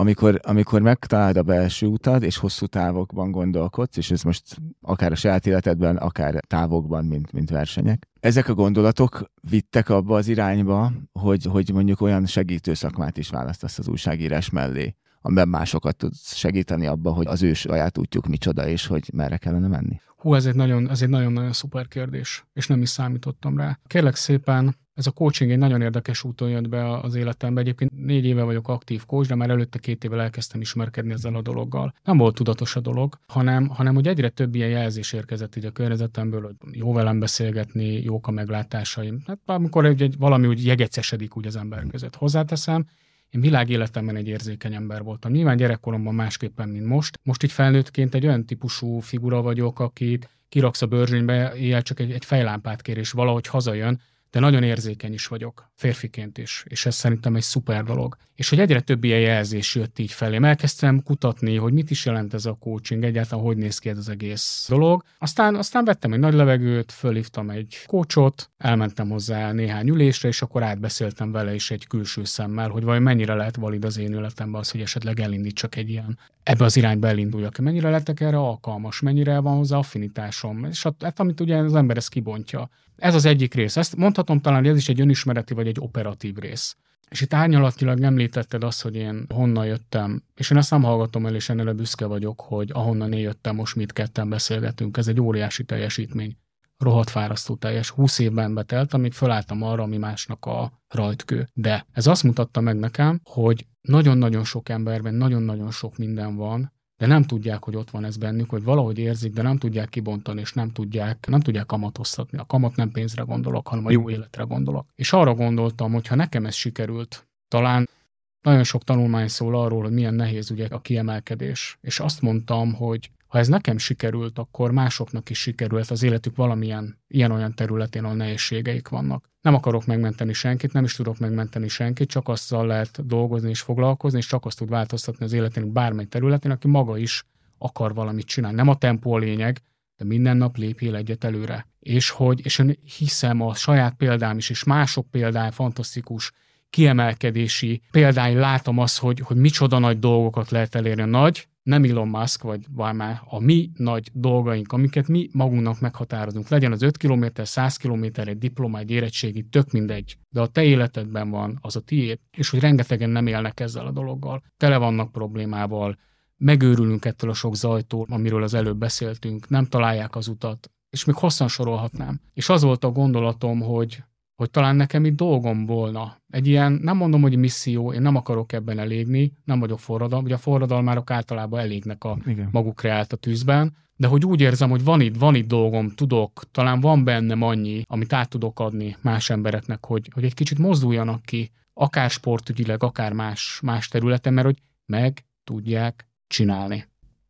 amikor megtalálod a belső utad, és hosszú távokban gondolkodsz, és ez most akár a saját életedben, akár távokban, mint versenyek. Ezek a gondolatok vittek abba az irányba, hogy mondjuk olyan segítő szakmát is választasz az újságírás mellé, amiben másokat tudsz segíteni abba, hogy az ő saját útjuk micsoda, és hogy merre kellene menni. Ez egy nagyon-nagyon szuper kérdés, és nem is számítottam rá. Kérlek szépen, ez a coaching egy nagyon érdekes úton jött be az életembe. Egyébként 4 éve vagyok aktív coach, de már előtte 2 évvel elkezdtem ismerkedni ezzel a dologgal. Nem volt tudatos a dolog, hanem hogy egyre több ilyen jelzés érkezett így a környezetemből, hogy jó velem beszélgetni, jók a meglátásaim. Hát amikor valami úgy jegecesedik úgy az ember között. Hozzáteszem, én világéletemben egy érzékeny ember voltam. Nyilván gyerekkoromban másképpen, mint most. Most így felnőttként egy olyan típusú figura vagyok, akit kiraksz a bőrzsönybe, éjjel csak egy fejlámpát kér, és valahogy hazajön, de nagyon érzékeny is vagyok, férfiként is, és ez szerintem egy szuper dolog. És hogy egyre több ilyen jelzés jött így felém. Elkezdtem kutatni, hogy mit is jelent ez a coaching, egyáltalán hogy néz ki ez az egész dolog. Aztán vettem egy nagy levegőt, fölhívtam egy coachot, elmentem hozzá néhány ülésre, és akkor átbeszéltem vele is egy külső szemmel, hogy vajon mennyire lehet valid az én életemben az, hogy esetleg elindítsak egy ilyen, ebbe az irányba elinduljak. Mennyire lettek erre alkalmas, mennyire van hozzá affinitásom, és hát amit ugye az ember ezt kibontja. Ez az egyik rész. Ezt mondhatom talán, hogy ez is egy önismereti vagy egy operatív rész. És itt árnyalatilag említetted azt, hogy én honnan jöttem, és én ezt nem hallgatom el, és ennél büszke vagyok, hogy ahonnan én jöttem, most mit ketten beszélgetünk. Ez egy óriási teljesítmény. Rohadt fárasztó teljes. 20 évben betelt, amíg fölálltam arra, ami másnak a rajtkő. De ez azt mutatta meg nekem, hogy nagyon-nagyon sok emberben nagyon-nagyon sok minden van, de nem tudják, hogy ott van ez bennük, hogy valahogy érzik, de nem tudják kibontani, és nem tudják kamatoztatni. A kamat nem pénzre gondolok, hanem a jó életre gondolok. És arra gondoltam, hogy ha nekem ez sikerült, talán nagyon sok tanulmány szól arról, hogy milyen nehéz ugye a kiemelkedés. És azt mondtam, hogy ha ez nekem sikerült, akkor másoknak is sikerült az életük valamilyen ilyen-olyan területén, ahol nehézségeik vannak. Nem akarok megmenteni senkit, nem is tudok megmenteni senkit, csak azzal lehet dolgozni és foglalkozni, és csak azt tud változtatni az életének bármely területén, aki maga is akar valamit csinálni. Nem a tempó a lényeg, de minden nap lépjél egyet előre. És én hiszem a saját példám is, és mások példány fantasztikus kiemelkedési példány, látom azt, hogy micsoda nagy dolgokat lehet elérni. Nagy, nem Elon Musk, vagy már a mi nagy dolgaink, amiket mi magunknak meghatározunk. Legyen az 5 km, 100 km, egy diploma, egy érettségi, tök mindegy. De a te életedben van, az a tiéd, és hogy rengetegen nem élnek ezzel a dologgal. Tele vannak problémával, megőrülünk ettől a sok zajtól, amiről az előbb beszéltünk, nem találják az utat, és még hosszan sorolhatnám. És az volt a gondolatom, hogy talán nekem itt dolgom volna. Egy ilyen, nem mondom, hogy misszió, én nem akarok ebben elégni, nem vagyok forradalom, ugye a forradalmárok általában elégnek a maguk kreált a tűzben, de hogy úgy érzem, hogy van itt dolgom, tudok, talán van bennem annyi, amit át tudok adni más embereknek, hogy egy kicsit mozduljanak ki, akár sportügyileg, akár más területen, mert hogy meg tudják csinálni.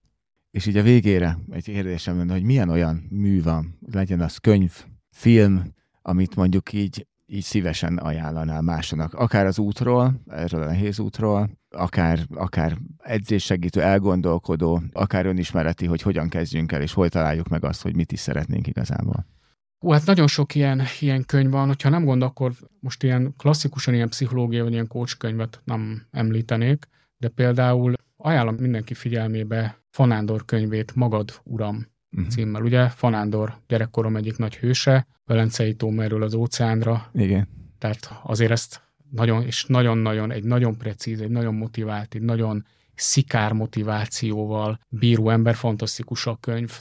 És így a végére egy kérdésem lenne, hogy milyen olyan mű van, legyen az könyv, film, amit mondjuk így szívesen ajánlanál másnak. Akár az útról, erről a nehéz útról, akár edzéssegítő, elgondolkodó, akár önismereti, hogy hogyan kezdjünk el, és hol találjuk meg azt, hogy mit is szeretnénk igazából. Hát nagyon sok ilyen könyv van, hogyha nem gond, akkor most ilyen klasszikusan ilyen pszichológia vagy ilyen coach könyvet nem említenék, de például ajánlom mindenki figyelmébe Fanándor könyvét, Magad, Uram címmel. Ugye Fanándor gyerekkorom egyik nagy hőse, Velencei tó erről az óceánra. Igen. Tehát azért ezt nagyon-nagyon, egy nagyon precíz, egy nagyon motivált, egy nagyon szikár motivációval bíró ember, fantasztikus a könyv,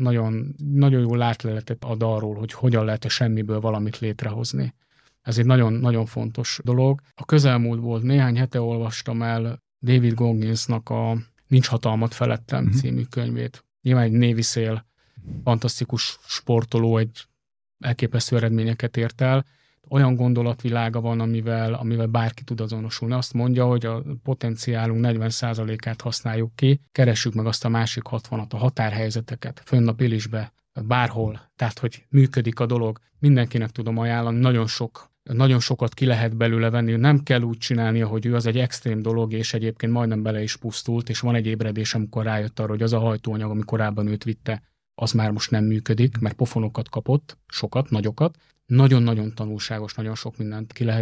nagyon jó látleletet ad arról, hogy hogyan lehet a semmiből valamit létrehozni. Ez egy nagyon-nagyon fontos dolog. A közelmúlt volt, néhány hete olvastam el David Gogginsnak a Nincs hatalmat felettem című könyvét. Nyilván egy Navy SEAL, fantasztikus sportoló, egy elképesztő eredményeket ért el, olyan gondolatvilága van, amivel bárki tud azonosulni. Azt mondja, hogy a potenciálunk 40%-át használjuk ki, keressük meg azt a másik 60-at, a határhelyzeteket, fönn a Pilisbe, bárhol. Tehát, hogy működik a dolog. Mindenkinek tudom ajánlani, nagyon sokat ki lehet belőle venni, nem kell úgy csinálnia, hogy ő az egy extrém dolog, és egyébként majdnem bele is pusztult, és van egy ébredés, amikor rájött arra, hogy az a hajtóanyag, ami korábban őt vitte, az már most nem működik, mert pofonokat kapott, sokat, nagyokat. Nagyon-nagyon tanulságos, nagyon sok mindent ki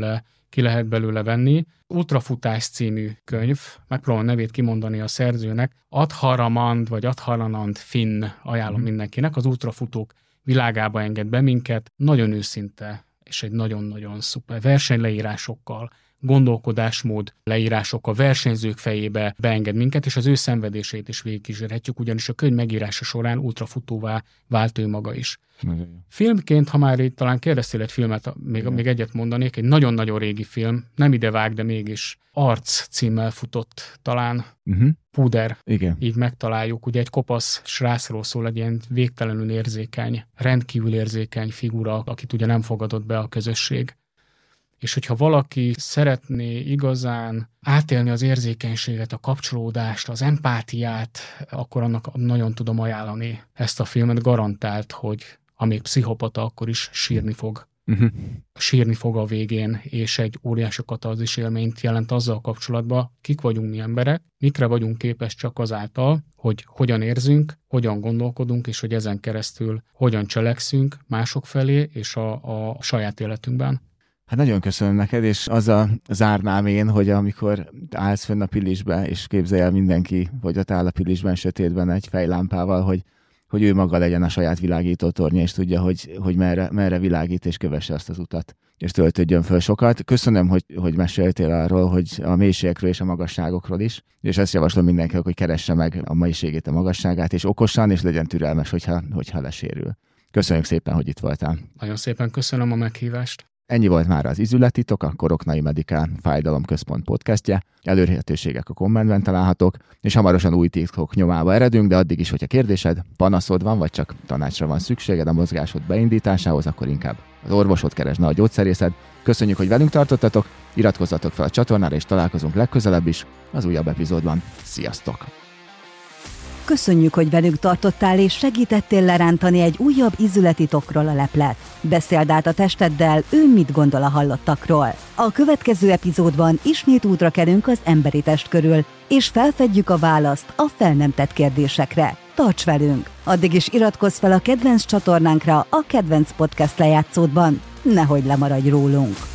lehet belőle venni. Ultrafutás című könyv, megpróbálom nevét kimondani a szerzőnek, Adharamand vagy Adharanand Finn ajánlom mindenkinek, az ultrafutók világába enged be minket, nagyon őszinte, és egy nagyon-nagyon szuper versenyleírásokkal, gondolkodásmód leírásokkal, versenyzők fejébe beenged minket, és az ő szenvedését is végigkísérhetjük, ugyanis a könyv megírása során ultrafutóvá vált ő maga is. Filmként, ha már itt talán kérdeztél egy filmet, még egyet mondanék, egy nagyon-nagyon régi film, nem idevág, de mégis Arc címmel futott talán. Puder, igen. Így megtaláljuk. Ugye egy kopasz srácról szól, egy ilyen végtelenül érzékeny, rendkívül érzékeny figura, akit ugye nem fogadott be a közösség. És hogyha valaki szeretné igazán átélni az érzékenységet, a kapcsolódást, az empátiát, akkor annak nagyon tudom ajánlani ezt a filmet. Garantált, hogy amíg pszichopata, akkor is sírni fog. Sírni fog a végén, és egy óriási katarzis élményt jelent azzal kapcsolatban, kik vagyunk mi emberek, mikre vagyunk képes csak azáltal, hogy hogyan érzünk, hogyan gondolkodunk, és hogy ezen keresztül hogyan cselekszünk mások felé, és a saját életünkben. Hát nagyon köszönöm neked, és azzal zárnám én, hogy amikor állsz fönn a Pilisbe, és képzelj el mindenki, hogy ott áll a Pilisben, sötétben egy fejlámpával, hogy ő maga legyen a saját világító tornya, és tudja, hogy merre világít, és kövesse azt az utat, és töltődjön föl sokat. Köszönöm, hogy meséltél arról, hogy a mélységekről és a magasságokról is, és ezt javaslom mindenkinek, hogy keresse meg a mélységét, a magasságát, és okosan, és legyen türelmes, hogyha lesérül. Köszönjük szépen, hogy itt voltál. Nagyon szépen köszönöm a meghívást. Ennyi volt már az Izületitok, a Koroknai Medikál Fájdalomközpont podcastje. Elérhetőségek a kommentben találhatók, és hamarosan új titkok nyomába eredünk, de addig is, hogyha kérdésed, panaszod van, vagy csak tanácsra van szükséged a mozgásod beindításához, akkor inkább az orvosod keresd, ne a gyógyszerészed. Köszönjük, hogy velünk tartottatok, iratkozzatok fel a csatornára, és találkozunk legközelebb is az újabb epizódban. Sziasztok! Köszönjük, hogy velünk tartottál és segítettél lerántani egy újabb ízületitokról a leplet. Beszéld át a testeddel, ő mit gondol a hallottakról. A következő epizódban ismét útra kelünk az emberi test körül, és felfedjük a választ a fel nem tett kérdésekre. Tarts velünk! Addig is iratkozz fel a kedvenc csatornánkra a kedvenc podcast lejátszódban. Nehogy lemaradj rólunk!